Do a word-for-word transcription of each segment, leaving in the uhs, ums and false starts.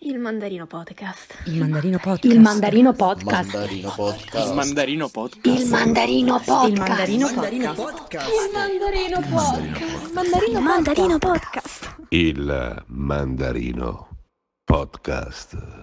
Il Mandarino Podcast. Il Mandarino Podcast. Il Mandarino Podcast. Mandarino Podcast. Il Mandarino Podcast. Il Mandarino Podcast. Il Mandarino Podcast. Il Mandarino Podcast. Il Mandarino Podcast. Il Mandarino Podcast.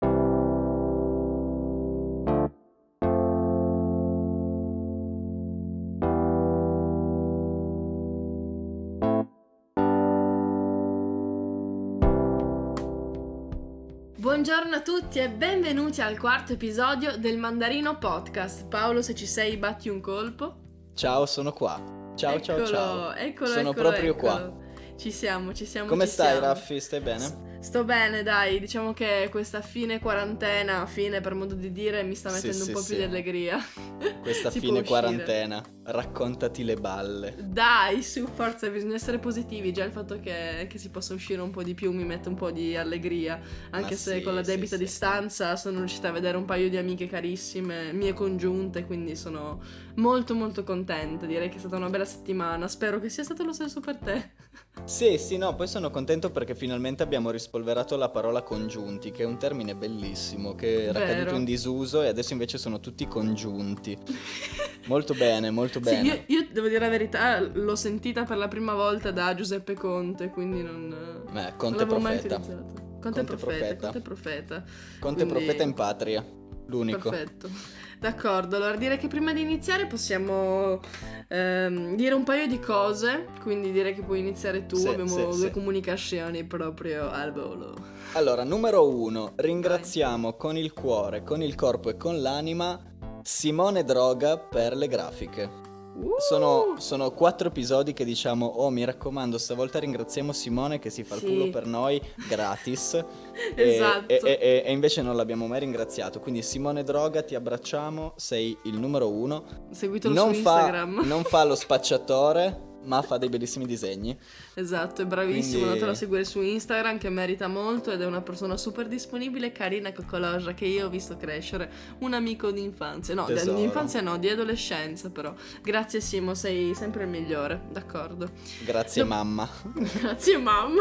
Buongiorno a tutti e benvenuti al quarto episodio del Mandarino Podcast. Paolo, se ci sei, batti un colpo. Ciao, sono qua. Ciao, eccolo, ciao, ciao. Eccolo, sono eccolo, proprio eccolo. qua. Ci siamo, ci siamo. Come ci stai, siamo. Raffi? Stai bene? Sto bene, dai. Diciamo che questa fine quarantena, fine per modo di dire, mi sta Sì, mettendo sì, un po' sì. più di allegria. Questa Si può fine uscire. quarantena. Raccontati le balle. Dai, su, forza, bisogna essere positivi. Già il fatto che, che si possa uscire un po' di più mi mette un po' di allegria. Anche Ma se sì, con la sì, debita sì. distanza sono riuscita a vedere un paio di amiche carissime, mie congiunte, quindi sono molto molto contenta. Direi che è stata una bella settimana. Spero che sia stato lo stesso per te. Sì, sì, no, poi sono contento perché finalmente abbiamo rispolverato la parola congiunti, che è un termine bellissimo, che era Vero. caduto in disuso e adesso invece sono tutti congiunti. Molto bene, molto bene. Sì, io, io devo dire la verità, l'ho sentita per la prima volta da Giuseppe Conte, quindi non, Eh, non Conte l'avevo mai profeta. utilizzato. Conte, Conte profeta, profeta. Conte profeta. Conte Quindi- profeta in patria. L'unico. Perfetto. D'accordo, allora direi che prima di iniziare possiamo ehm, dire un paio di cose, quindi direi che puoi iniziare tu, Sì, abbiamo sì, due sì. comunicazioni proprio al volo. Allora, numero uno, ringraziamo con il cuore, con il corpo e con l'anima Simone Droga per le grafiche. Uh! Sono, sono quattro episodi che diciamo, oh mi raccomando, stavolta ringraziamo Simone che si fa Sì. il culo per noi gratis. E- Esatto. E, e- e- e invece non l'abbiamo mai ringraziato. Quindi Simone Droga, ti abbracciamo, sei il numero uno. Seguitelo Non su fa, Instagram. non fa lo spacciatore, ma fa dei bellissimi disegni. Esatto, è bravissimo, Quindi- andatelo a seguire su Instagram che merita molto ed è una persona super disponibile, carina, coccolosa, che io ho visto crescere, un amico di infanzia, no, Tesoro. di infanzia no, di adolescenza però. Grazie Simo, sei sempre il migliore, d'accordo. Grazie No. mamma. Grazie mamma.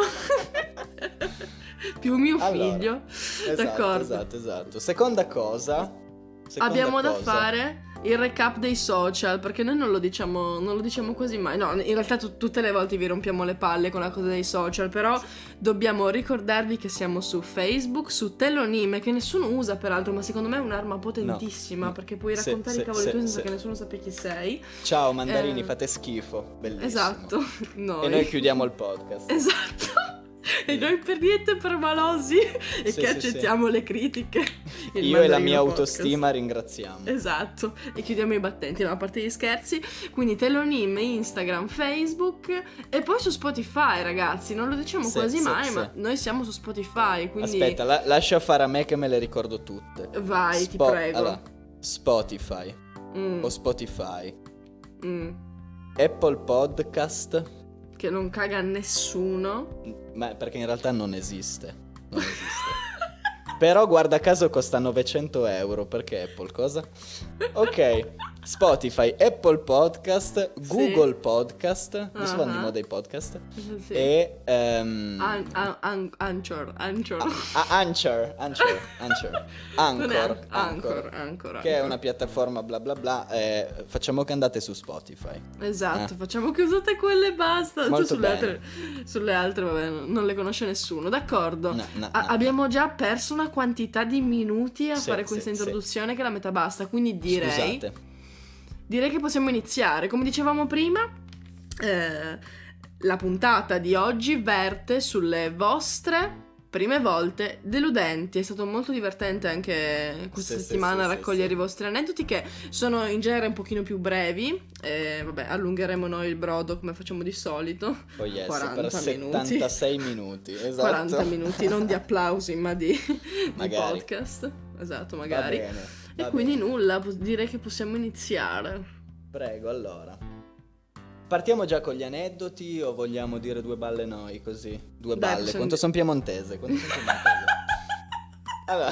Più mio Allora, figlio. Esatto, D'accordo. esatto, esatto. Seconda cosa. seconda Abbiamo da cosa. fare il recap dei social, perché noi non lo diciamo, non lo diciamo quasi mai. No, in realtà tu- tutte le volte vi rompiamo le palle con la cosa dei social, però dobbiamo ricordarvi che siamo su Facebook, su Telonime, che nessuno usa peraltro, ma secondo me è un'arma potentissima, No. perché puoi Sì, raccontare sì, i cavoli sì, tuoi senza sì. che nessuno sappia chi sei. Ciao mandarini, Eh, fate schifo. Bellissimo. Esatto. Noi. E noi chiudiamo il podcast. Esatto. E noi per niente permalosi e Sì, che sì, accettiamo le critiche. Il Io e la Mandarino mia Podcast. autostima ringraziamo. Esatto, e chiudiamo i battenti, no, a parte gli scherzi. Quindi Telonim, Instagram, Facebook e poi su Spotify, ragazzi. Non lo diciamo Sì, quasi sì, mai, sì. ma noi siamo su Spotify, quindi Aspetta, la- lascia fare a me che me le ricordo tutte. vai, ti Spo- prego. Allora, Spotify Mm, o Spotify, mm, Apple Podcast, che non caga nessuno. ma perché in realtà non esiste. Non esiste. Però guarda caso costa novecento euro, perché Apple cosa? Ok, Spotify, Apple Podcast, Google Podcast, adesso vanno di Ah. moda i podcast, Sì. e ehm, An- an- an- Anchor, Anchor. ah, Anchor, Anchor, Anchor, Non è Anchor, Anchor, Anchor, che è Anchor. una piattaforma bla bla bla, eh, facciamo che andate su Spotify. Esatto, Eh. facciamo che usate quelle e basta. Tu Molto sulle bene. altre, sulle altre, vabbè, non le conosce nessuno. D'accordo. No, no, A- no. abbiamo già perso una quantità di minuti a Sì, fare sì, questa sì. introduzione che è la metà basta. Quindi direi, Scusate. direi che possiamo iniziare. Come dicevamo prima, eh, la puntata di oggi verte sulle vostre prime volte deludenti. È stato molto divertente anche questa Sì, sì, settimana sì, sì, raccogliere sì. i vostri aneddoti, che sono in genere un pochino più brevi. Eh, vabbè, allungheremo noi il brodo come facciamo di solito. Oh yes, quaranta per minuti. settantasei minuti, esatto. quaranta minuti, non di applausi, ma di, di Magari. podcast. Esatto, Va magari. bene, E va quindi bene. nulla, pos- direi che possiamo iniziare. Prego, allora. Partiamo già con gli aneddoti o vogliamo dire due balle noi così? Due Dai, balle, possiamo quanto di- sono piemontese? Quanto son piemontese? Allora,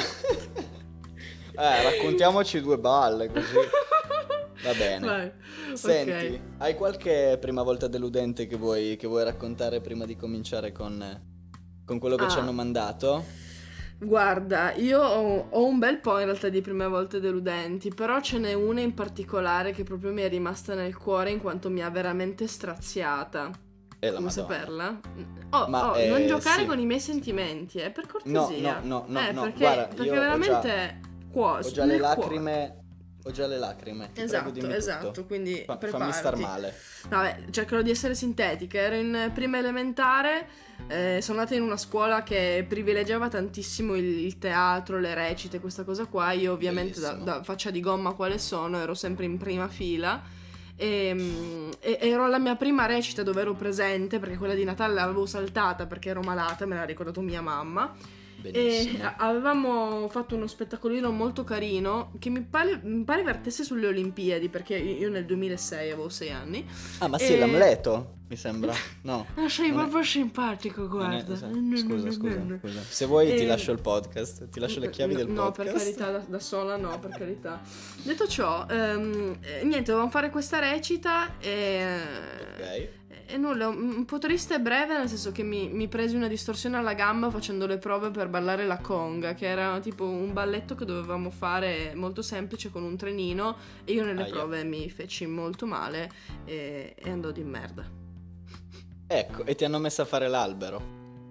eh, raccontiamoci due balle così. Va bene. Vai. Senti, Ok. hai qualche prima volta deludente che vuoi, che vuoi raccontare prima di cominciare con, con quello che Ah. ci hanno mandato? Guarda, io ho, ho un bel po' in realtà di prime volte deludenti, però ce n'è una in particolare che proprio mi è rimasta nel cuore in quanto mi ha veramente straziata. È la Come Madonna. saperla? Oh, Ma, oh, eh, non giocare sì. con i miei sentimenti, eh, per No, cortesia. no, no, no, eh, no, perché, guarda, perché io ho veramente cuoso. Ho già le nel cuore. lacrime, ho già le lacrime. Ti prego, Esatto, dimmi tutto. esatto, quindi Fa- fammi preparati. star male. Vabbè, cercherò di essere sintetica. Ero in prima elementare, eh, sono andata in una scuola che privilegiava tantissimo il, il teatro, le recite, questa cosa qua. Io ovviamente da, Bellissimo. da faccia di gomma quale sono, ero sempre in prima fila. E, e ero alla mia prima recita dove ero presente, perché quella di Natale l'avevo saltata perché ero malata, me l'ha ricordato mia mamma. Benissimo. E avevamo fatto uno spettacolino molto carino che mi pare, mi pare vertesse sulle Olimpiadi, perché io nel duemilasei avevo sei anni. Ah, ma sì, e- l'Amleto, mi sembra. No. Ah, sei Non è- proprio simpatico, non è- guarda. esatto. No, no, Scusa, no, scusa, no, no. scusa. Se vuoi ti E- lascio il podcast, ti lascio le chiavi del no, podcast. per carità, da, da sola no, per carità. Detto ciò, ehm, eh, niente, dovevamo fare questa recita e... Ok. E nulla, un un po' triste e breve, nel senso che mi, mi presi una distorsione alla gamba facendo le prove per ballare la conga, che era tipo un balletto che dovevamo fare molto semplice con un trenino, e io nelle Aia. prove mi feci molto male e, e andò di merda. Ecco, e ti hanno messo a fare l'albero.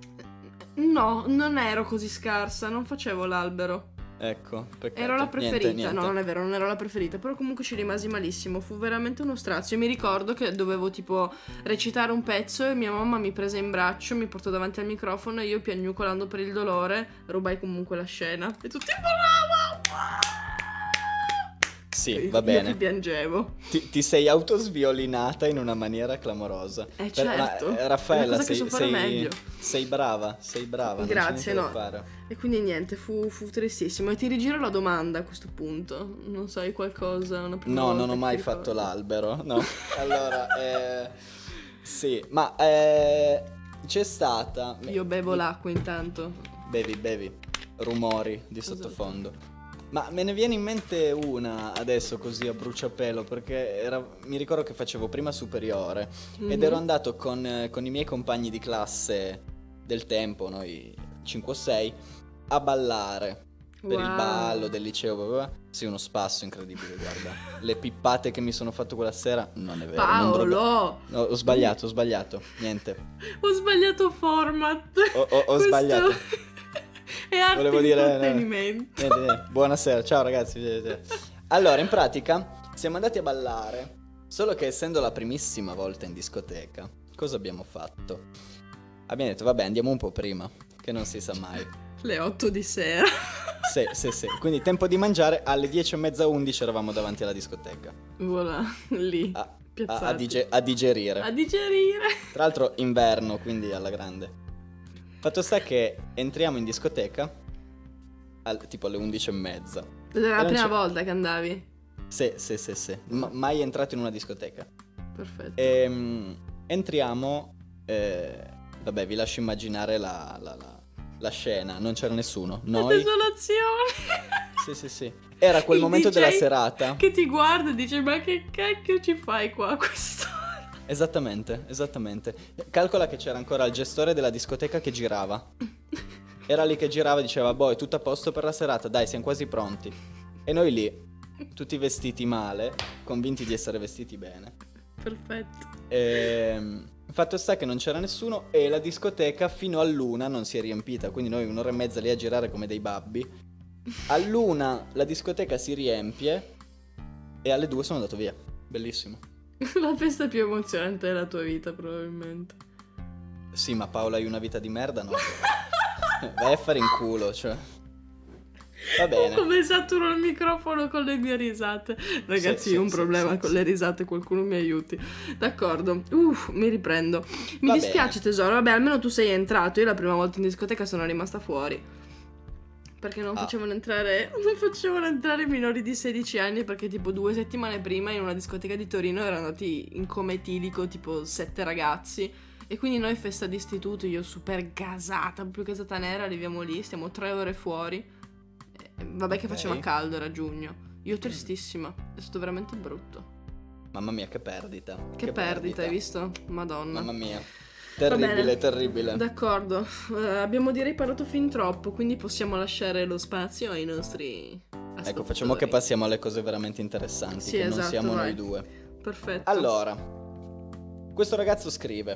No, non ero così scarsa, non facevo l'albero. Ecco, peccato. Ero la preferita, Niente, niente. no, non è vero, non ero la preferita, però comunque ci rimasi malissimo, fu veramente uno strazio. Io mi ricordo che dovevo tipo recitare un pezzo e mia mamma mi prese in braccio, mi portò davanti al microfono e io piagnucolando per il dolore rubai comunque la scena. E tutti brava! Sì, va Io che bene. piangevo. Ti, ti sei autosviolinata in una maniera clamorosa. Eh, Per- certo. ma, eh, È Raffaella, una cosa che sei, so fare sei- meglio. sei brava, sei brava. non c'è Grazie, niente da no. fare. E quindi niente, fu, fu tristissimo. E ti rigiro la domanda a questo punto. Non sai qualcosa? Una prima No, volta non ho che mai ti fatto ricordi? l'albero. No. Allora, eh, sì, ma eh, c'è stata. Io bevo l'acqua intanto. Bevi, bevi. Rumori di Esatto. sottofondo. Ma me ne viene in mente una adesso così a bruciapelo, perché era- mi ricordo che facevo prima superiore ed Mhm. ero andato con, eh, con i miei compagni di classe del tempo, noi cinque o sei, a ballare. Per il Wow. ballo del liceo, bla bla bla. Sì, uno spasso incredibile, guarda. Le pippate che mi sono fatto quella sera, non è vero. non droga- Paolo! No, ho sbagliato, ho sbagliato, niente. Ho sbagliato format. Ho, ho- ho Questo sbagliato. È arte Volevo di dire- intrattenimento. Niente, niente. Buonasera, ciao ragazzi. Allora, in pratica, siamo andati a ballare. Solo che essendo la primissima volta in discoteca, cosa abbiamo fatto? Abbiamo detto, vabbè, andiamo un po' prima, che non si sa mai. Le otto di sera. Sì, sì, sì. Quindi tempo di mangiare, alle dieci e mezza, undici eravamo davanti alla discoteca. Voilà, lì. A, a- piazzati. a dige- a digerire. A digerire. Tra l'altro inverno, quindi alla grande. Fatto sta che entriamo in discoteca al- tipo alle undici e mezza. Ed era E la non prima c'è- volta che andavi. Sì, sì, sì, sì. Ma- mai entrato in una discoteca. Perfetto. Ehm, entriamo. eh, vabbè, vi lascio immaginare la, la- la- la scena. Non c'era nessuno. La Noi. desolazione. Sì, sì, sì. Era quel Il momento D J della serata. Che ti guarda e dice: ma che cacchio ci fai qua a quest'ora? Esattamente, esattamente. Calcola che c'era ancora il gestore della discoteca che girava. Era lì che girava e diceva: boh, è tutto a posto per la serata, dai, siamo quasi pronti. E noi lì, tutti vestiti male, convinti di essere vestiti bene. Perfetto. Ehm, fatto sta che non c'era nessuno e la discoteca fino all'una non si è riempita, quindi noi un'ora e mezza lì a girare come dei babbi. All'una la discoteca si riempie e alle due sono andato via. Bellissimo. La festa più emozionante della tua vita, probabilmente. Sì, ma Paola, hai una vita di merda, no? Vai a fare in culo, cioè. Va bene. Come saturo il microfono con le mie risate. Ragazzi, Sì, ho un sì, problema sì, con sì. le risate, qualcuno mi aiuti. D'accordo. Uff, mi riprendo. Mi Va dispiace, bene. tesoro. Vabbè, almeno tu sei entrato. Io la prima volta in discoteca sono rimasta fuori. Perché non Ah. facevano entrare. Non facevano entrare minori di sedici anni. Perché tipo due settimane prima in una discoteca di Torino erano andati in coma etilico tipo sette ragazzi. E quindi noi festa d'istituto, io super gasata, proprio gasata nera, arriviamo lì, stiamo tre ore fuori. E vabbè che Ok. faceva caldo, era giugno. Io tristissima, è stato veramente brutto. Mamma mia, che perdita. Che, perdita, hai visto? Madonna. Mamma mia. Terribile, terribile. D'accordo, uh, abbiamo direi parlato fin troppo, quindi possiamo lasciare lo spazio ai nostri ascoltatori. Ecco, facciamo che passiamo alle cose veramente interessanti, Sì, che esatto, non siamo vai. noi due. Perfetto. Allora, questo ragazzo scrive,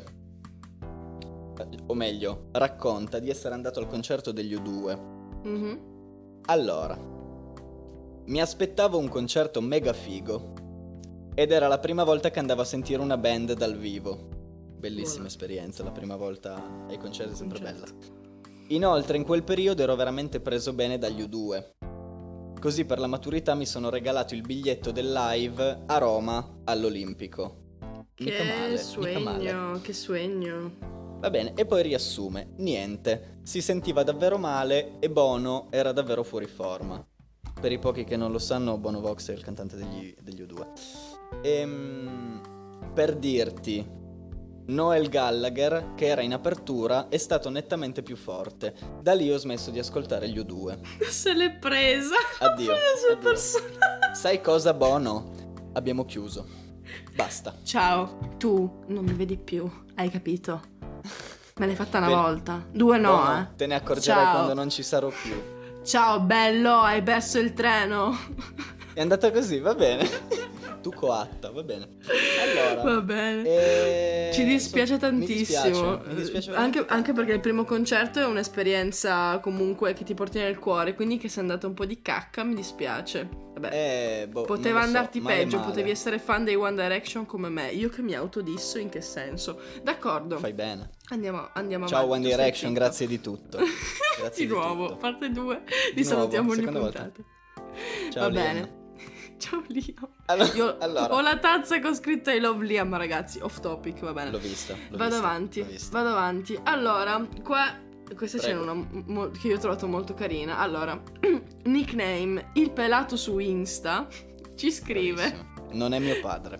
o meglio, racconta di essere andato al concerto degli U due. Mhm. Allora, mi aspettavo un concerto mega figo ed era la prima volta che andavo a sentire una band dal vivo. Bellissima Buona. esperienza, la prima volta ai concerti è sempre Concerto. bella. Inoltre in quel periodo ero veramente preso bene dagli U due. Così per la maturità mi sono regalato il biglietto del live a Roma all'Olimpico. Mica Che male, mica male. sogno, che sogno. Va bene, e poi riassume. Niente, si sentiva davvero male e Bono era davvero fuori forma. Per i pochi che non lo sanno, Bono Vox è il cantante degli, degli U due. Ehm, per dirti, Noel Gallagher, che era in apertura, è stato nettamente più forte. Da lì ho smesso di ascoltare gli U due. Se l'è presa. Addio, La sua addio. persona. Sai cosa, Bono? Abbiamo chiuso. Basta. Ciao, tu non mi vedi più, hai capito? Me l'hai fatta una Bene. volta. Due no, Bono, eh. te ne accorgerai Ciao. quando non ci sarò più. Ciao, bello, hai perso il treno. È andata così, va bene. Tu coatta, va bene. Allora, Va bene. eh, Ci dispiace so- tantissimo. Mi dispiace, mi dispiace anche, veramente anche perché il primo concerto è un'esperienza comunque che ti porti nel cuore. Quindi che sia andata un po' di cacca, mi dispiace. Vabbè. Eh, boh, Poteva non lo so, andarti male peggio, male. potevi essere fan dei One Direction come me. Io che mi autodisso, in che senso? D'accordo. Fai bene. Andiamo, andiamo Ciao avanti. One Tu stai Direction, zitto. grazie di tutto. Grazie Di nuovo, tutto. parte due. Di Li nuovo, salutiamo ogni seconda volta. puntata. Ciao, Va Liam. bene. Ciao Liam. Allora, Io allora. ho la tazza con scritto I love Liam, ragazzi. Off topic, va bene. L'ho vista. L'ho Vado vista, avanti, l'ho vista. vado avanti. Allora, qua questa c'è Prego. una mo- che io ho trovato molto carina. Allora, nickname il pelato su Insta ci scrive. Bravissimo. Non è mio padre.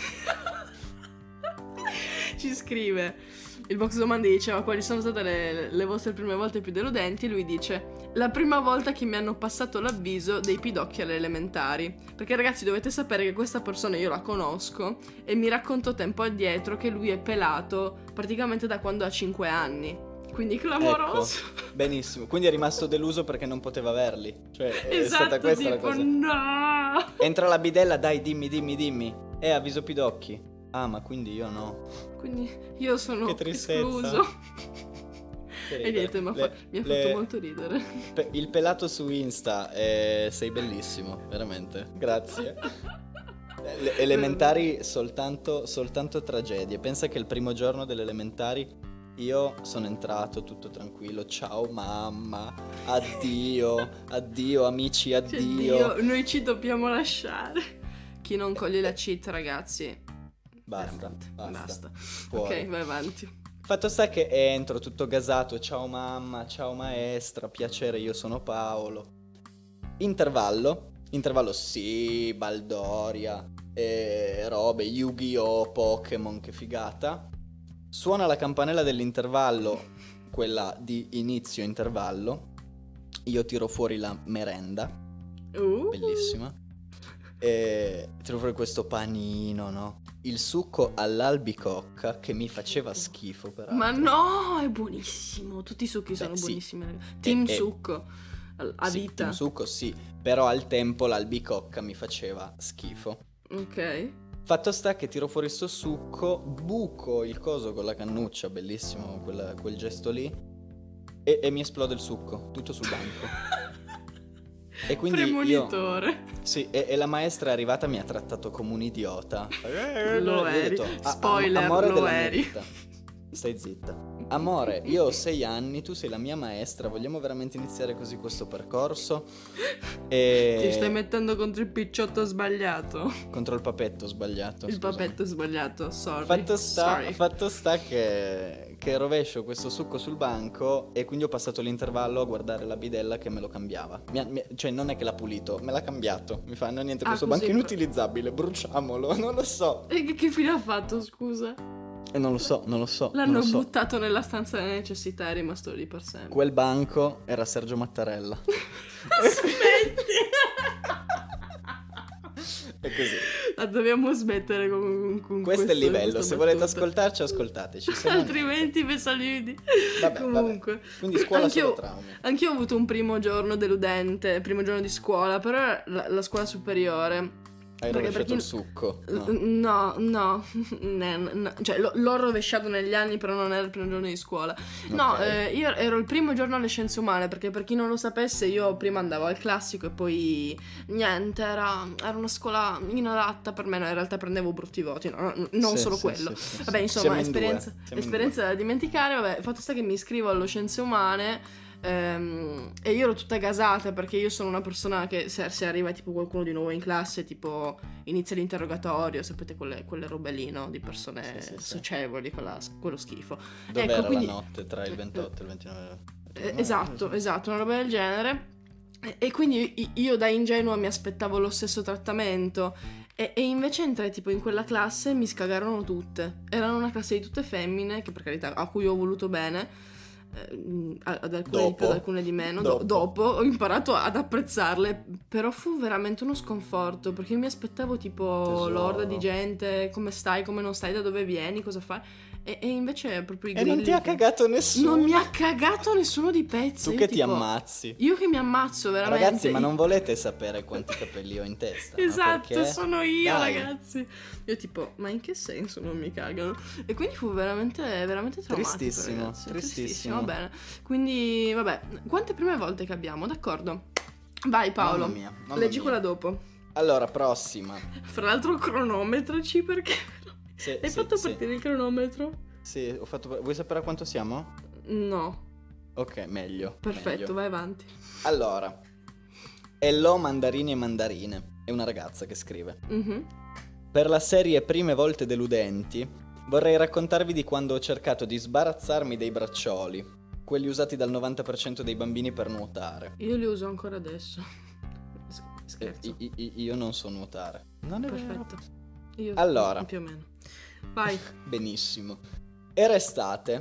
Ci scrive. Il box domande diceva quali sono state le, le vostre prime volte più deludenti. Lui dice: la prima volta che mi hanno passato l'avviso dei pidocchi alle elementari. Perché ragazzi dovete sapere che questa persona io la conosco e mi raccontò tempo addietro che lui è pelato praticamente da quando ha cinque anni. Quindi clamoroso. Ecco, benissimo. Quindi è rimasto deluso perché non poteva averli. Cioè, è Esatto, stata questa la tipo cosa. no. Entra la bidella, dai, dimmi, dimmi, dimmi. Eh, avviso pidocchi. Ah, ma quindi io no. Quindi io sono Che tristezza. escluso. Che E ridere. niente, ma fa- Le- mi ha le- fatto molto ridere. pe- il pelato su Insta, eh, sei bellissimo, veramente. Grazie. Le elementari soltanto, soltanto tragedie. Pensa che il primo giorno delle elementari io sono entrato tutto tranquillo. Ciao mamma, addio, addio amici, Cioè, addio. Dio, noi ci dobbiamo lasciare. Chi non coglie la cheat, ragazzi. Basta, veramente, basta. basta. Fuori. Ok, vai avanti. Fatto sta che entro tutto gasato, ciao mamma, ciao maestra, piacere, io sono Paolo. Intervallo, intervallo sì, Baldoria, e robe, Yu-Gi-Oh, Pokémon, che figata. Suona la campanella dell'intervallo, quella di inizio intervallo. Io tiro fuori la merenda, Uh. bellissima. E tiro fuori questo panino, no? Il succo all'albicocca che mi faceva schifo, peraltro. Ma no, è buonissimo. Tutti i succhi Beh, sono sì. buonissimi. ragazzi. Team Eh, eh. succo. Al- A Sì, vita. Team succo sì, però al tempo l'albicocca mi faceva schifo. Ok. Fatto sta che tiro fuori sto succo, buco il coso con la cannuccia, bellissimo quel, quel gesto lì, e, e mi esplode il succo, tutto sul banco. E quindi io... Premonitore. Sì, e, e la maestra è arrivata e mi ha trattato come un idiota. Lo Io ho eri. detto, "A- am- Spoiler, amore lo della mia eri." vita. Stai zitta. Amore, io ho sei anni, tu sei la mia maestra, vogliamo veramente iniziare così questo percorso? E... Ti stai mettendo contro il picciotto sbagliato. Contro il papetto sbagliato. Il scusami. papetto è sbagliato, sorry. Fatto sta, Sorry. fatto sta che, che rovescio questo succo sul banco e quindi ho passato l'intervallo a guardare la bidella che me lo cambiava. Mi ha- mi- cioè non è che l'ha pulito, me l'ha cambiato. Mi fa, no niente, Ah, questo così, banco è però- inutilizzabile, bruciamolo, non lo so. E che, che fine ha fatto, scusa? E non lo so, non lo so. L'hanno non lo so. buttato nella stanza delle necessità e è rimasto lì per sempre. Quel banco era Sergio Mattarella. Smetti! È così. La dobbiamo smettere con, con Questo è il livello, questa se volete battuta. ascoltarci, ascoltateci. Se no, Altrimenti vi saludi. Vabbè, Comunque. vabbè. Quindi scuola Anch'io- solo traumi. Anch'io ho avuto un primo giorno deludente, primo giorno di scuola, però era la, la scuola superiore. Hai Perché rovesciato per il chi- succo? No, no, no, Ne- no. Cioè lo- l'ho rovesciato negli anni, però non era il primo giorno di scuola. No, Ok. eh, io ero il primo giorno alle scienze umane, perché per chi non lo sapesse io prima andavo al classico e poi niente, era, era una scuola inadatta per me, no, in realtà prendevo brutti voti, no, no, non Sì, solo sì, quello. sì, sì, Vabbè, sì. insomma, Siamo in esperienza, due, siamo in esperienza da dimenticare, vabbè, fatto sta che mi iscrivo allo scienze umane. Ehm, e io ero tutta gasata perché io sono una persona che se, se arriva tipo qualcuno di nuovo in classe, tipo inizia l'interrogatorio, sapete quelle, quelle robe lì, no? Di persone Sì, sì, sì. socievoli, quella- quello schifo. Dov'era ecco, quindi- la notte tra il ventotto e il ventinove? Eh, esatto, esatto, una roba del genere. E, e quindi i- io da ingenua mi aspettavo lo stesso trattamento. E, e invece entrai tipo in quella classe e mi scagarono tutte. Erano una classe di tutte femmine, che per carità a cui ho voluto bene. eh, Ad alcune di più, Dopo. ad alcune di meno. Dopo. Do- dopo ho imparato ad apprezzarle. Però fu veramente uno sconforto. Perché io mi aspettavo tipo Tesoro. l'orda di gente. Come stai, come non stai, da dove vieni, cosa fai. E, e invece proprio i E non grilli ti ha che- cagato nessuno. Non mi ha cagato nessuno di pezzo. Tu io che ti tipo- ammazzi. Io che mi ammazzo veramente. Ragazzi, ma non volete sapere quanti capelli ho in testa? no? Esatto, Perché- sono io, Dai. ragazzi. Io tipo, ma in che senso non mi cagano? E quindi fu veramente, veramente traumatico, Tristissimo, ragazzi. tristissimo. Va bene. Quindi, vabbè, quante prime volte che abbiamo, d'accordo? Vai Paolo, Mamma mia, mamma leggi mia. quella dopo. Allora, prossima. Fra l'altro cronometraci perché... Sì, Hai sì, fatto sì. partire il cronometro? Sì, ho fatto. Vuoi sapere a quanto siamo? No, Ok, meglio. perfetto, meglio. vai avanti. Allora, Hello mandarini e mandarine. È una ragazza che scrive. Mhm. Per la serie Prime volte deludenti, vorrei raccontarvi di quando ho cercato di sbarazzarmi dei braccioli, quelli usati dal novanta per cento dei bambini per nuotare. Io li uso ancora adesso. S- Eh, Scherzo. i- i- io non so nuotare. Non è vero. Perfetto. Io Allora. più o meno. Vai. Benissimo. Era estate.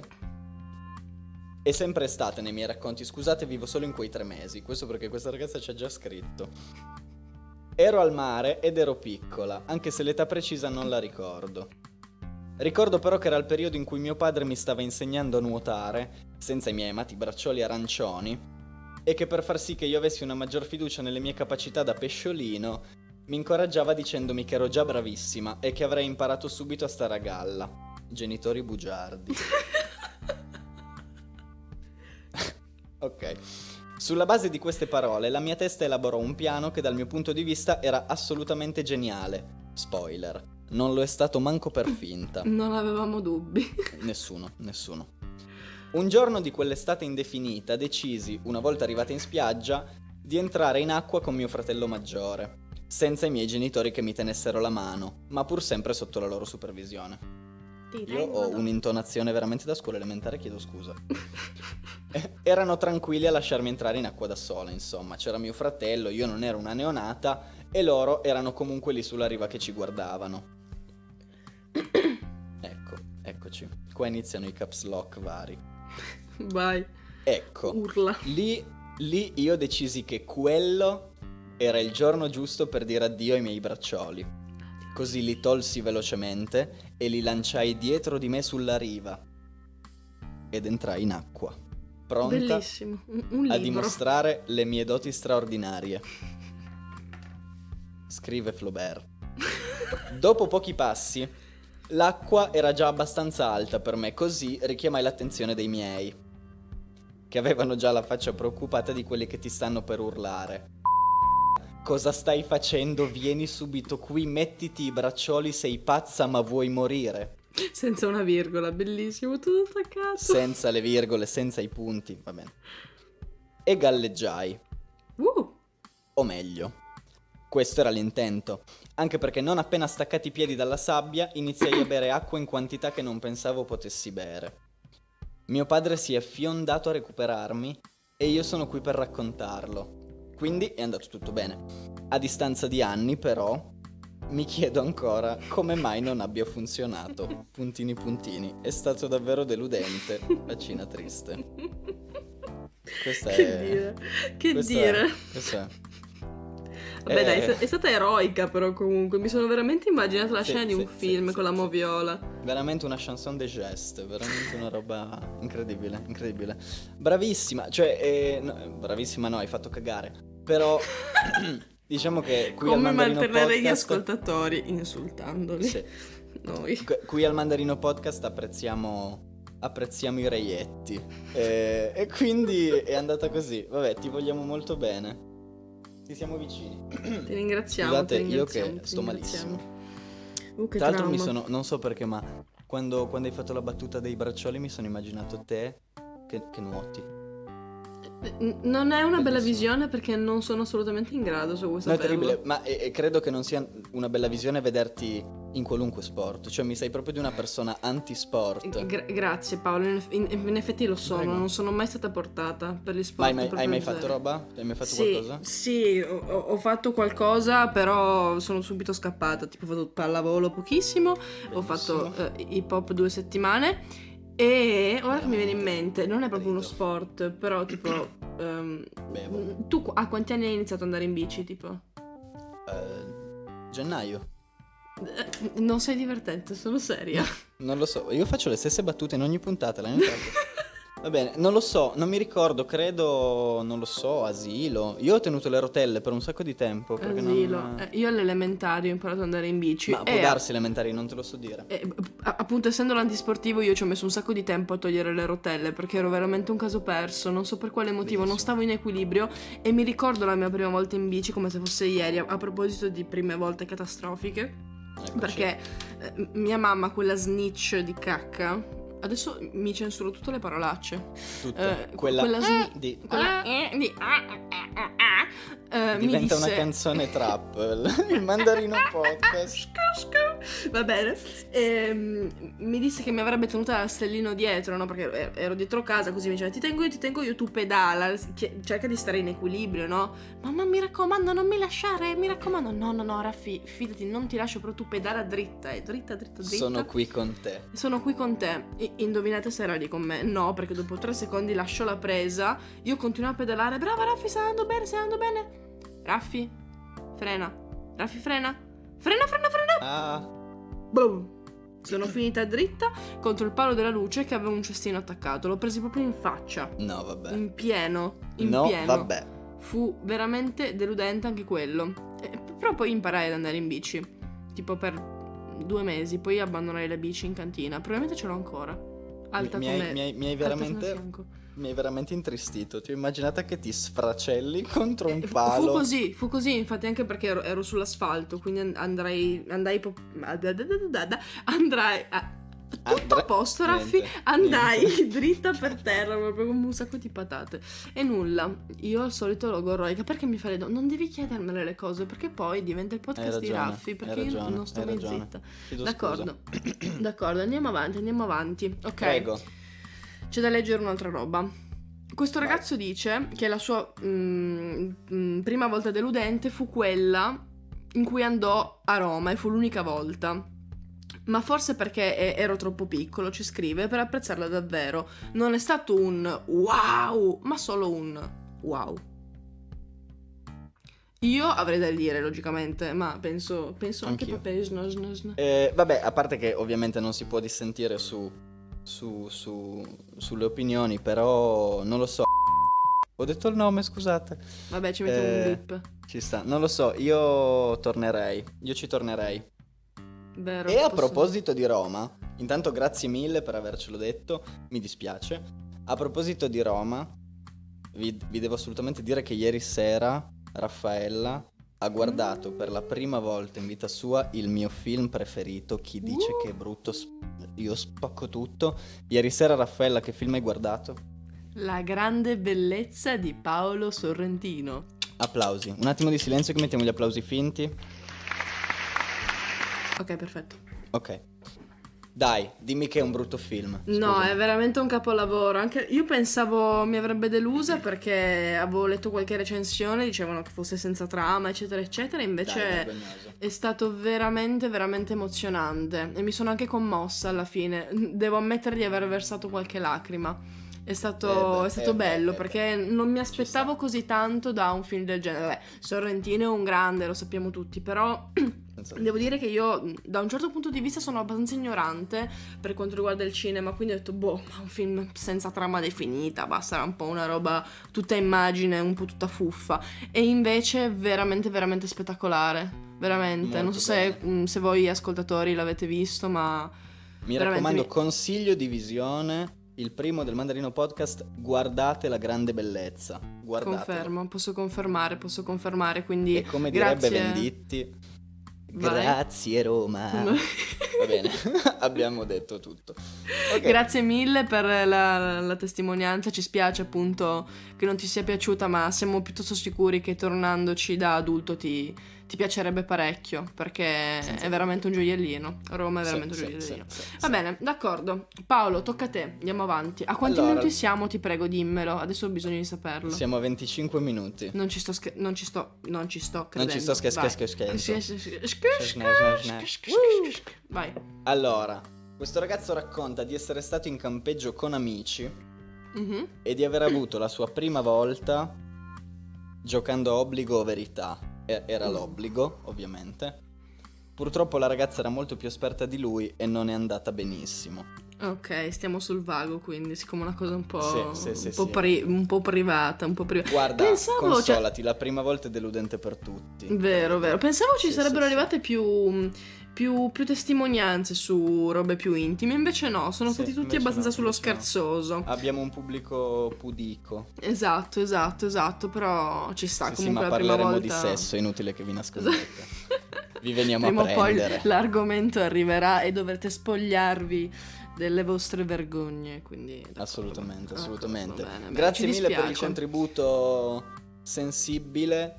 È sempre estate nei miei racconti. Scusate, vivo solo in quei tre mesi. Questo perché questa ragazza ci ha già scritto. Ero al mare ed ero piccola, anche se l'età precisa non la ricordo. Ricordo però che era il periodo in cui mio padre mi stava insegnando a nuotare, senza i miei amati braccioli arancioni, e che per far sì che io avessi una maggior fiducia nelle mie capacità da pesciolino, mi incoraggiava dicendomi che ero già bravissima e che avrei imparato subito a stare a galla. Genitori bugiardi. Ok. Sulla base di queste parole, la mia testa elaborò un piano che dal mio punto di vista era assolutamente geniale. Spoiler, non lo è stato manco per finta. Non avevamo dubbi. Nessuno, nessuno. Un giorno di quell'estate indefinita decisi, una volta arrivata in spiaggia, di entrare in acqua con mio fratello maggiore, senza i miei genitori che mi tenessero la mano, ma pur sempre sotto la loro supervisione. Io ho un'intonazione veramente da scuola elementare, chiedo scusa. Eh, Erano tranquilli a lasciarmi entrare in acqua da sola, insomma. C'era mio fratello, io non ero una neonata e loro erano comunque lì sulla riva che ci guardavano. Ecco, eccoci. Qua iniziano i caps lock vari. Vai, Ecco, urla. lì, lì io decisi che quello era il giorno giusto per dire addio ai miei braccioli. Così li tolsi velocemente e li lanciai dietro di me sulla riva. Ed entrai in acqua, pronta Bellissimo, un, un a libro. dimostrare le mie doti straordinarie. Scrive Flaubert. Dopo pochi passi, l'acqua era già abbastanza alta per me, così richiamai l'attenzione dei miei, che avevano già la faccia preoccupata di quelli che ti stanno per urlare. Cosa stai facendo? Vieni subito qui, mettiti i braccioli, sei pazza ma vuoi morire? Senza una virgola, bellissimo, tutto attaccato. Senza le virgole, senza i punti, va bene. E galleggiai. Uh, O meglio, questo era l'intento, anche perché non appena staccati i piedi dalla sabbia iniziai a bere acqua in quantità che non pensavo potessi bere. Mio padre si è fiondato a recuperarmi e io sono qui per raccontarlo. Quindi è andato tutto bene. A distanza di anni, però, mi chiedo ancora come mai non abbia funzionato. Puntini puntini. È stato davvero deludente. Faccina triste. Questa che è... dire, che questo dire. È, questo è... Vabbè Eh, dai, è è stata eroica però comunque, mi sono veramente immaginato la Sì, scena di sì, un sì, film sì, con la sì. moviola. Veramente una chanson de geste, veramente una roba incredibile, incredibile. Bravissima, cioè, eh, no, bravissima no, hai fatto cagare. Però diciamo che qui al Come Mandarino mantenere gli Podcast ascoltatori insultandoli. Sì. Noi. Qui- Qui al Mandarino Podcast apprezziamo apprezziamo i reietti. Eh, e quindi è andata così. Vabbè, ti vogliamo molto bene. Ti siamo vicini. Ti ringraziamo. Scusate, ti io ringraziamo, che ti sto ringraziamo. malissimo. Uh, che Tra l'altro mi trauma. sono, non so perché, ma quando, quando hai fatto la battuta dei braccioli mi sono immaginato te che, che nuoti. N- Non è una bella Bellissimo. visione perché non sono assolutamente in grado, se vuoi No, è saperlo. terribile, ma e- e credo che non sia una bella visione vederti in qualunque sport. Cioè mi sei proprio di una persona antisport. Gra- grazie Paolo, in, in- in effetti lo sono, Prego. non sono mai stata portata per gli Ma sport. hai mai, hai proprio mai zero. fatto roba? Hai mai fatto Sì, qualcosa? sì, ho, ho fatto qualcosa, però sono subito scappata. Tipo, ho fatto pallavolo pochissimo, ho fatto Benissimo. eh, hip hop due settimane. E ora che mi viene in Veramente. mente, non è proprio uno Rido. sport, però tipo. ehm, Bevo. tu qu- a quanti anni hai iniziato ad andare in bici? Tipo, Eh, gennaio. Eh, non sei divertente, sono seria. Non lo so, io faccio le stesse battute in ogni puntata, l'hai notato? Va bene, non lo so, non mi ricordo, credo, non lo so, asilo. Io ho tenuto le rotelle per un sacco di tempo. Perché Asilo. non... Eh, io all'elementari ho imparato ad andare in bici. Ma può e darsi elementari, non te lo so dire. E, a- appunto, essendo l'antisportivo, io ci ho messo un sacco di tempo a togliere le rotelle perché ero veramente un caso perso. Non so per quale motivo, non Benissimo. stavo in equilibrio. E mi ricordo la mia prima volta in bici come se fosse ieri. A, a proposito di prime volte catastrofiche, Eccoci. perché eh, mia mamma, quella snitch di cacca. Adesso mi censuro tutte le parolacce. Tutte. Eh, quella quella sni- di... Quella eh, di ah, ah, ah, ah, eh, mi Diventa disse- una canzone trap. Il Mandarino Podcast. Va bene. Ehm, mi disse che mi avrebbe tenuta la stellino dietro, no? Perché ero- ero dietro casa, così mi diceva ti tengo io, ti tengo io, tu pedala, chi- cerca di stare in equilibrio, no? Mamma mi raccomando, non mi lasciare, mi raccomando. No, no, no, Raffi, fidati, non ti lascio, però tu pedala dritta, eh, dritta, dritta, dritta. Sono qui con te. Sono qui con te. I- indovinate se era lì con me? No, perché dopo tre secondi lascio la presa. Io continuo a pedalare. Brava Raffi, stai andando bene, stai andando bene. Raffi, frena. Raffi, frena. Frena, frena, frena. Ah, Boom. Sono finita dritta contro il palo della luce che aveva un cestino attaccato. L'ho preso proprio in faccia. no, vabbè. In pieno. In No, pieno. vabbè. Fu veramente deludente anche quello. Eh, però poi imparai ad andare in bici. Tipo per due mesi. Poi abbandonai la bici in cantina. Probabilmente ce l'ho ancora. Alta mi, come... hai, mi, hai, mi hai alta come veramente... fianco. Mi hai veramente intristito. Ti ho immaginata che ti sfracelli contro un Eh, fu- palo. Fu così, fu così, infatti anche perché ero, ero sull'asfalto, quindi and- andrai, andai, po- andrai, a- tutto Andra- a posto Raffi, niente, andai niente. dritta per terra, proprio come un sacco di patate. E nulla, io al solito logorroica, perché mi fai le domande? Non devi chiedermele le cose, perché poi diventa il podcast Hai di ragione, Raffi, hai perché io ragione, non sto hai mai ragione. zitta. Chiedo D'accordo, scusa. d'accordo, andiamo avanti, andiamo avanti. Ok, Prego. c'è da leggere un'altra roba. Questo Vai. ragazzo dice che la sua mm, mm, prima volta deludente fu quella in cui andò a Roma e fu l'unica volta. Ma forse perché e- ero troppo piccolo, ci scrive, per apprezzarla davvero. Non è stato un wow, ma solo un wow. Io avrei da dire, logicamente, ma penso, penso anche Anch'io. papà sno, sno, sno. Eh, vabbè, a parte che ovviamente non si può dissentire su, su, su, sulle opinioni, però non lo so. Ho detto il nome, scusate. Vabbè, ci mettiamo Eh, un bip. Ci sta. Non lo so, io tornerei. Io ci tornerei. Vero, E a posso- proposito di Roma, intanto grazie mille per avercelo detto, mi dispiace. A proposito di Roma, vi, vi devo assolutamente dire che ieri sera Raffaella ha guardato per la prima volta in vita sua il mio film preferito. Chi dice Uh. che è brutto, sp- io spacco tutto. Ieri sera Raffaella, che film hai guardato? La grande bellezza di Paolo Sorrentino. Applausi. Un attimo di silenzio che mettiamo gli applausi finti. Ok, perfetto. Ok. Dai, dimmi che è un brutto film. No, Scusami. è veramente un capolavoro. Anche io pensavo mi avrebbe delusa perché avevo letto qualche recensione, dicevano che fosse senza trama, eccetera, eccetera. Dai, Invece vergognoso. è stato veramente, veramente emozionante. E mi sono anche commossa alla fine. Devo ammettere di aver versato qualche lacrima. È stato, Eh beh, è stato eh beh, bello eh perché beh. non mi Ci aspettavo sta. così tanto da un film del genere. Vabbè, Sorrentino è un grande, lo sappiamo tutti, però Senza- devo dire che io da un certo punto di vista sono abbastanza ignorante per quanto riguarda il cinema, quindi ho detto, boh, ma un film senza trama definita, basta, era un po' una roba tutta immagine, un po' tutta fuffa. E invece è veramente, veramente spettacolare, veramente. Molto Non so se, bene. mh, se voi ascoltatori l'avete visto, ma Mi veramente raccomando, mi- consiglio di visione, il primo del Mandarino Podcast, guardate La grande bellezza. Guardatelo. confermo, posso confermare, posso confermare, quindi E come direbbe grazie. Venditti, Vai. grazie Roma. Va bene, abbiamo detto tutto. Ok. Grazie mille per la, la testimonianza, ci spiace appunto che non ti sia piaciuta, ma siamo piuttosto sicuri che tornandoci da adulto ti, ti piacerebbe parecchio, perché Senza è veramente un gioiellino. Roma è Sì, veramente sì, un gioiellino. sì, sì, Va sì. bene, d'accordo. Paolo, tocca a te, andiamo avanti. A quanti Allora- minuti siamo? Ti prego, dimmelo, adesso ho bisogno di saperlo. Siamo a venticinque minuti. Non ci sto scher- non ci sto non ci sto Non credendo. ci sto scher- Vai. scher- scher- Sì, scherzo. sì, sì. Vai. Allora, questo ragazzo racconta di essere stato in campeggio con amici Mhm. e di aver avuto la sua prima volta giocando a obbligo o verità. E- Era l'obbligo, ovviamente. Purtroppo la ragazza era molto più esperta di lui e non è andata benissimo. Ok, stiamo sul vago, quindi siccome è una cosa un po', Sì, sì, sì, un po', sì. pri- un po' privata, un po' privata. Guarda, Pensavo, cioè- consolati, la prima volta è deludente per tutti. Vero, vero. Pensavo ci Sì, sarebbero sì, sì. arrivate più, più, più testimonianze su robe più intime, invece no, sono Sì, stati tutti invece abbastanza no, sullo invece no. scherzoso. Abbiamo un pubblico pudico. Esatto, esatto, esatto, però ci sta Sì, sì, comunque ma la prima parleremo volta. di sesso, è inutile che vi nascondete. Vi veniamo Prima a o poi prendere. l'argomento arriverà e dovrete spogliarvi delle vostre vergogne, quindi d'accordo. Assolutamente, Ecco, assolutamente. va bene, bene, Grazie ci mille per il dispiace. contributo sensibile.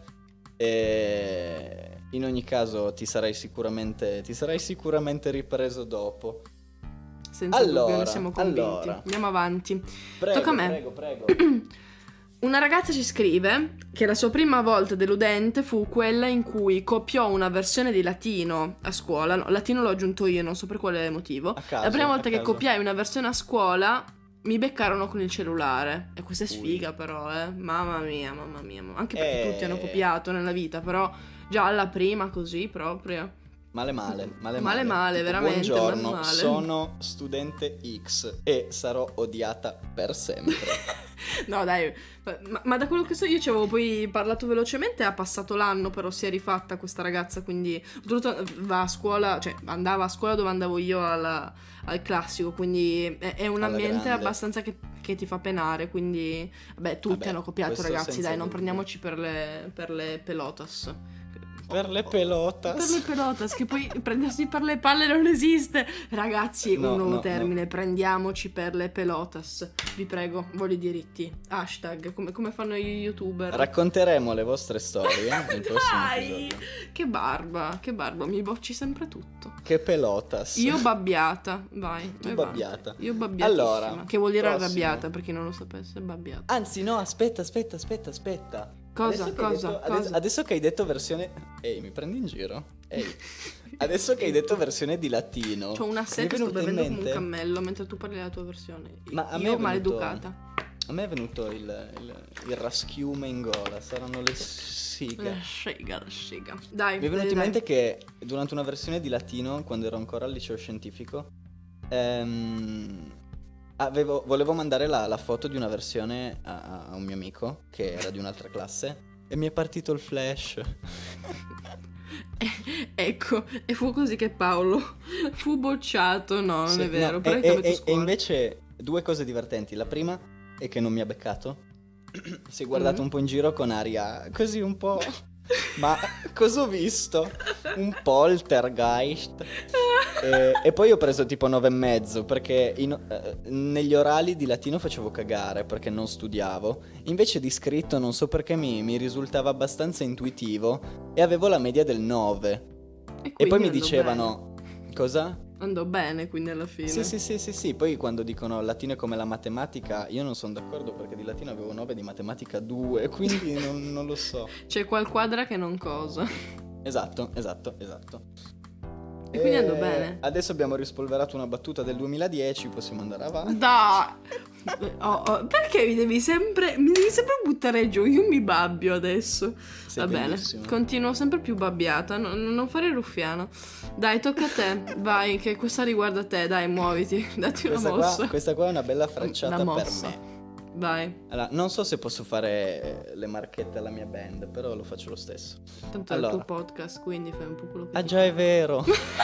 E in ogni caso ti sarai sicuramente ti sarai sicuramente ripreso dopo. Senza Allora, dubbio, ne siamo convinti. allora. Andiamo avanti. Prego, Tocca a me. prego, prego. Una ragazza ci scrive che la sua prima volta deludente fu quella in cui copiò una versione di latino a scuola. No, latino l'ho aggiunto io, non so per quale motivo. A caso, la prima volta a che caso. copiai una versione a scuola mi beccarono con il cellulare. E questa è sfiga però, eh. Mamma mia, mamma mia. Anche perché Eh. tutti hanno copiato nella vita, però già alla prima così proprio. Male male, male Male male, Tipo, veramente, buongiorno, male male. sono studente X e sarò odiata per sempre. No dai, ma, ma da quello che so io ci avevo poi parlato velocemente, ha passato l'anno però si è rifatta questa ragazza, quindi oltretutto va a scuola, cioè andava a scuola dove andavo io alla- al classico, quindi è, è un Alla ambiente grande. abbastanza che, che ti fa penare, quindi vabbè tutti Vabbè, hanno copiato questo ragazzi, senza dai non dubbio. prendiamoci per le, per le pelotas. Per le Per pelotas. le pelotas, che poi prendersi per le palle non esiste. Ragazzi, No, un nuovo no, termine, prendiamoci per le pelotas. Vi prego, voglio i diritti. Hashtag, come, come fanno gli youtuber. Racconteremo le vostre storie nel prossimo Dai, episodio. che barba, che barba, mi bocci sempre tutto. Che pelotas. Io babbiata, vai. Tu vai babbiata. avanti. Io babbiatissima. Allora, che vuol dire prossimo. arrabbiata, per chi non lo sapesse, babbiata. Anzi, no, aspetta, aspetta, aspetta, aspetta. Cosa, Adesso che hai cosa, detto- cosa? Adesso, adesso che hai detto versione. Ehi, mi prendi in giro? Ehi. Adesso che hai detto versione di latino. C'ho una mi è sete, sto venuto in bevendo come un mente- cammello mentre tu parli della tua versione. Ma a me Io è venuto- maleducata. A me è venuto il, il, il raschiume in gola. Saranno le sighe. La sciga, la sciga. Dai, Mi è venuto dai, in dai. mente che durante una versione di latino, quando ero ancora al liceo scientifico, ehm, avevo- volevo mandare la, la foto di una versione a, a un mio amico che era di un'altra classe e mi è partito il flash. Ecco, e fu così che Paolo fu bocciato. No, non Sì, è vero. no, però e, ti e- metto e- scuola. e invece due cose divertenti. La prima è che non mi ha beccato. Si è guardato Mm. un po' in giro con aria così un po'. Ma cosa ho visto? Un poltergeist. E, e poi ho preso tipo nove e mezzo perché in- eh, negli orali di latino facevo cagare perché non studiavo. Invece di scritto non so perché mi, mi risultava abbastanza intuitivo e avevo la media del nove. E E quindi poi mi andò dicevano cosa? bene. Andò bene quindi alla fine. Sì, sì, sì, sì, sì. Poi quando dicono latino è come la matematica, io non sono d'accordo perché di latino avevo nove, di matematica due, quindi non, non lo so. C'è qual quadra che non cosa. Esatto, esatto, esatto. E quindi andò bene. Adesso abbiamo rispolverato una battuta del duemiladieci, possiamo andare avanti. Da Oh, oh, perché mi devi sempre mi devi sempre buttare giù? Io mi babbio adesso. Sei Va bene, bellissimo. continuo sempre più babbiata, no- non fare ruffiano. Dai, tocca a te. Vai, che questa riguarda te. Dai, muoviti. Datti una Questa mossa. qua, questa qua è una bella frecciata Una per mossa. me. Vai. Allora, non so se posso fare le marchette alla mia band, però lo faccio lo stesso. Tanto è Allora. il tuo podcast, quindi fai un po' quello che Ah ti già è vero.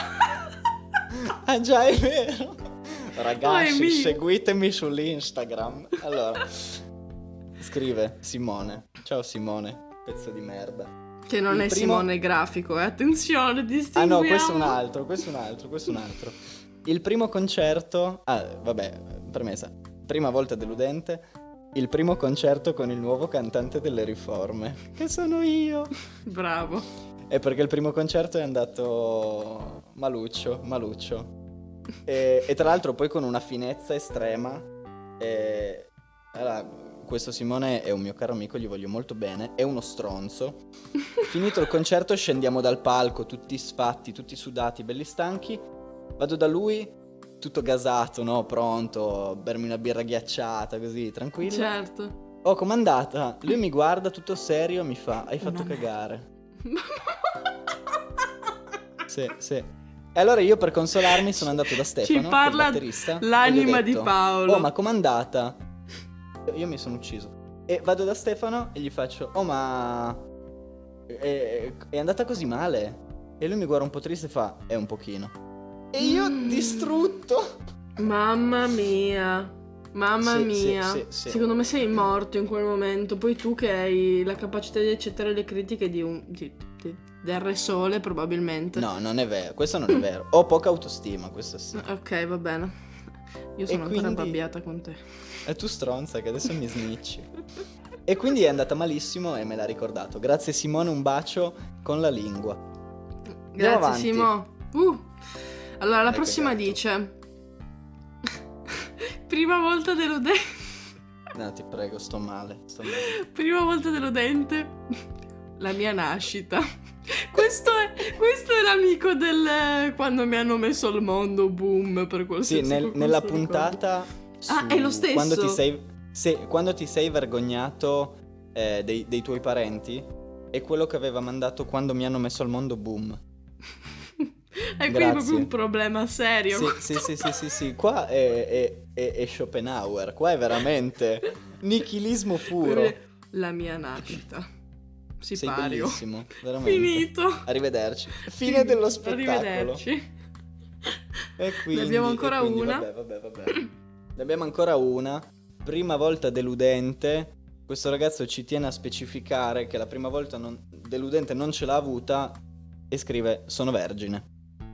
Ah già è vero. Oh, Ragazzi, Emilio. seguitemi sull'Instagram. Allora, scrive Simone. Ciao Simone, pezzo di merda. Che non Il è primo- Simone Grafico, eh. Attenzione, Ah distinguiamo. no, questo è un altro, questo è un altro, questo è un altro. Il primo concerto... Ah, vabbè, premessa. Prima volta deludente. Il primo concerto con il nuovo cantante delle Riforme. Che sono io. Bravo. È perché il primo concerto è andato maluccio, maluccio. E, e tra l'altro poi con una finezza estrema. E... Allora, questo Simone è un mio caro amico, gli voglio molto bene. È uno stronzo. Finito il concerto scendiamo dal palco, tutti sfatti, tutti sudati, belli stanchi. Vado da lui, tutto gasato, no? Pronto, bermi una birra ghiacciata, così, tranquillo. Certo. Oh, com'è andata? Lui mi guarda tutto serio, mi fa, hai fatto Una cagare. Sì, sì. E allora io per consolarmi sono andato da Stefano, Ci parla che è il batterista, l'anima e gli ho di detto, Paolo. Oh, ma com'è andata? Io mi sono ucciso. E vado da Stefano e gli faccio, oh, ma... È, è andata così male? E lui mi guarda un po' triste e fa, è un pochino. E io Mm. distrutto. Mamma mia. Mamma Sì, mia. sì, sì, sì. Secondo me sei morto in quel momento. Poi tu che hai la capacità di accettare le critiche di un... Di, di, del Re Sole, probabilmente. No, non è vero, questo non è vero. Ho poca autostima, questo sì. Ok, va bene. Io sono ancora quindi- arrabbiata con te. E tu stronza che adesso mi snicci. E quindi è andata malissimo e me l'ha ricordato. Grazie Simone, un bacio con la lingua. Andiamo Grazie avanti. Simo. Uh. Allora la Ecco prossima gatto. dice prima volta deludente. No, ti prego, sto male, sto male. Prima volta deludente. La mia nascita. Questo è, questo è l'amico del quando mi hanno messo al mondo, boom, per Sì, qualsiasi nel- qualcuno nella se lo ricorda. puntata su Ah, è lo stesso? Quando ti sei, sì, quando ti sei vergognato eh, dei, dei tuoi parenti, è quello che aveva mandato quando mi hanno messo al mondo, boom. È quindi Grazie. proprio un problema serio. Sì, sì, sì, sì, sì, sì. Qua è, è- è- è Schopenhauer, qua è veramente nichilismo puro. La mia nascita. Sei Sipario. bellissimo, veramente. Finito. Arrivederci. Fine dello spettacolo. Arrivederci. E quindi, Ne abbiamo ancora e quindi, una. Vabbè, vabbè, vabbè. Ne abbiamo ancora una. Prima volta deludente. Questo ragazzo ci tiene a specificare che la prima volta non- deludente non ce l'ha avuta e scrive: sono vergine.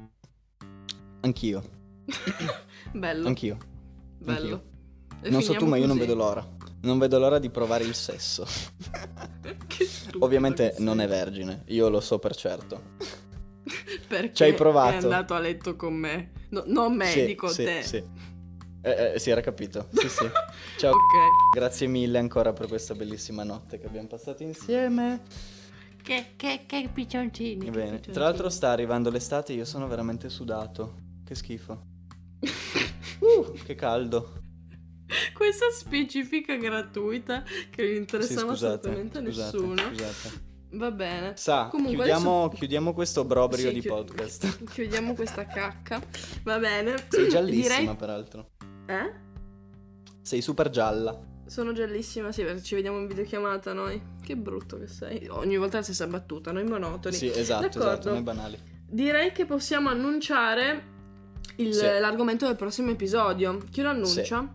Anch'io. Bello. Anch'io. Bello. E Non so tu, finiamo ma io non così. vedo l'ora. Non vedo l'ora di provare il sesso. Che stupido Ovviamente che non sei. è vergine, io lo so per certo. Perché Ci hai provato. è andato a letto con me. No, non me, Sì, dico sì, te. Sì. Eh, eh, si era capito. Sì, sì. Ciao. Ok. Grazie mille ancora per questa bellissima notte che abbiamo passato insieme. Che, che, che piccioncini. che Bene. piccioncini. Tra l'altro sta arrivando l'estate e io sono veramente sudato. Che schifo. Uh, che caldo. Questa specifica gratuita che non Sì, interessava scusate, assolutamente a scusate, nessuno. scusate. Va bene. Sa, Comunque chiudiamo, adesso- chiudiamo questo obbrobrio Sì, di chi- podcast. Chiudiamo questa cacca. Va bene. Sei giallissima Direi... peraltro. Eh? Sei super gialla. Sono giallissima, sì, perché ci vediamo in videochiamata noi. Che brutto che sei. Ogni volta la stessa battuta, noi monotoni. Sì, esatto, D'accordo. esatto, noi banali. Direi che possiamo annunciare il- Sì. l'argomento del prossimo episodio. Chi lo annuncia?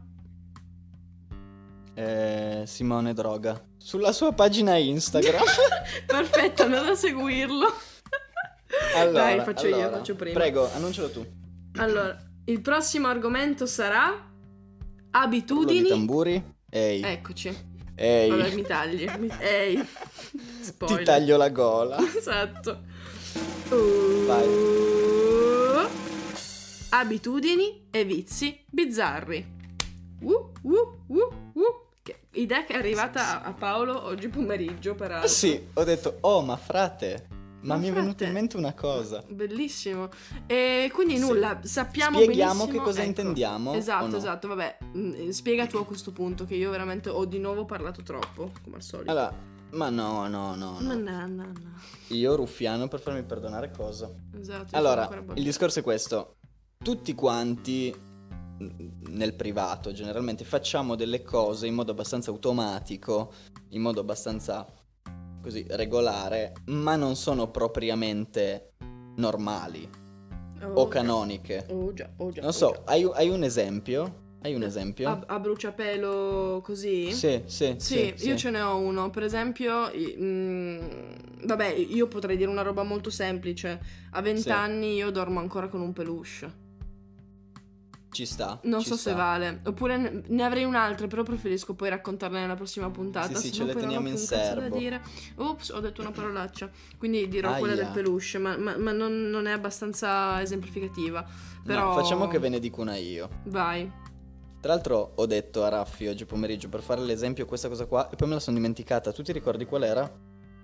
Eh, Simone Droga. Sulla sua pagina Instagram. Perfetto, andate a seguirlo. Allora, Dai, faccio io, allora, faccio prima. Prego, annuncialo tu. Allora, il prossimo argomento sarà Rullo di abitudini. tamburi. Ehi, Eccoci. ehi. Vabbè, mi tagli. Mi... Ehi. Spoiler. Ti taglio la gola. Esatto. Vai. Uh, abitudini e vizi bizzarri. Uh, uh, uh, uh. Che idea che è arrivata a- a Paolo oggi pomeriggio, peraltro. Sì, ho detto, oh, ma frate, Ma mi è venuta in mente una cosa. Bellissimo. E quindi nulla, sì. Sappiamo Spieghiamo benissimo... che cosa ecco, intendiamo. Esatto, no? esatto, vabbè. Mh, spiega tu a questo punto, che io veramente ho di nuovo parlato troppo, come al solito. Allora, ma no, no, no. Ma no. no, no, no. Io ruffiano per farmi perdonare cosa? Esatto. Allora, il discorso è questo. Tutti quanti nel privato generalmente facciamo delle cose in modo abbastanza automatico, in modo abbastanza così regolare, ma non sono propriamente normali oh, o canoniche. Oh già, oh già. Non oh so, già. hai, hai un esempio? Hai un esempio? A, a bruciapelo così? Sì, sì, Sì, sì, io sì. ce ne ho uno. Per esempio, i- mm, vabbè, io potrei dire una roba molto semplice. A vent'anni Sì. io dormo ancora con un peluche. Ci sta. Non ci so sta. se vale. Oppure ne, ne avrei un'altra, però preferisco poi raccontarla nella prossima puntata. Sì, sì, se ce no le poi non teniamo ho in più un cazzo da serbo. dire. Ops, ho detto una parolaccia. Quindi dirò quella Aia. del peluche, ma, ma- ma non, non è abbastanza esemplificativa. Però... No, facciamo che ve ne dico una io. Vai. Tra l'altro ho detto a Raffi oggi pomeriggio per fare l'esempio questa cosa qua e poi me la sono dimenticata. Tu ti ricordi qual era?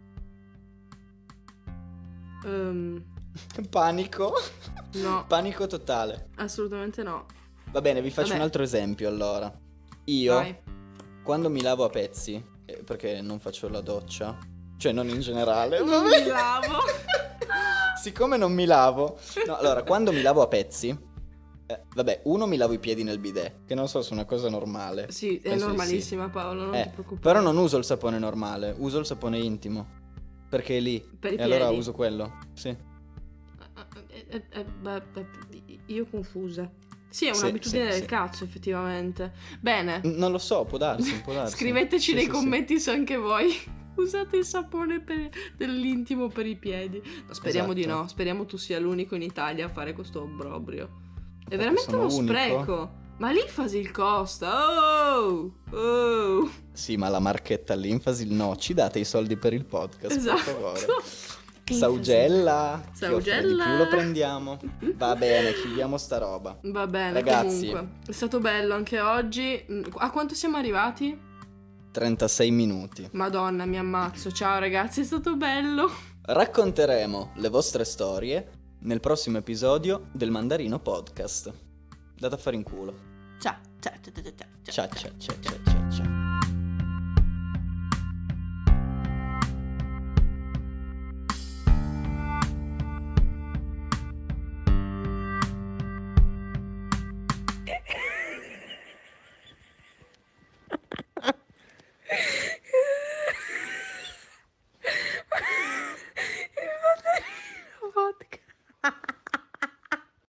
Ehm, Panico. no, Panico totale. assolutamente no. Va bene, vi faccio Vabbè. un altro esempio allora. Io, Vai. quando mi lavo a pezzi, eh, perché non faccio la doccia, cioè non in generale, Non mi lavo. siccome non mi lavo, no, allora quando mi lavo a pezzi, eh, vabbè, uno mi lavo i piedi nel bidet, che non so se è una cosa normale. Sì, è Penso di normalissima, Paolo, non Eh, ti preoccupare. però non uso il sapone normale, uso il sapone intimo, perché è lì. Per i e allora piedi. uso quello, sì. Eh, eh, eh, beh, beh, io confusa. Sì, è Sì, un'abitudine sì, del sì. cazzo, effettivamente. Bene. N- Non lo so, può darsi, può darsi. Scriveteci Sì, nei sì, commenti se anche voi usate il sapone per- dell'intimo per i piedi. No, speriamo di Esatto. no, speriamo tu sia l'unico in Italia a fare questo obbrobrio. È Perché veramente sono uno unico? spreco. Ma l'Infasil costa. Oh! Oh! sì. Sì, ma la marchetta all'Infasil no, ci date i soldi per il podcast, Esatto. per favore. Saugella, chi offre di Saugella. più lo prendiamo. Va bene, chiudiamo sta roba. Va bene, Ragazzi. comunque. È stato bello anche oggi. A quanto siamo arrivati? trentasei minuti. Madonna, mi ammazzo. Ciao ragazzi, è stato bello. Racconteremo le vostre storie nel prossimo episodio del Mandarino Podcast. Date a fare in culo. Ciao, ciao, ciao, ciao, ciao. Ciao ciao ciao ciao ciao ciao.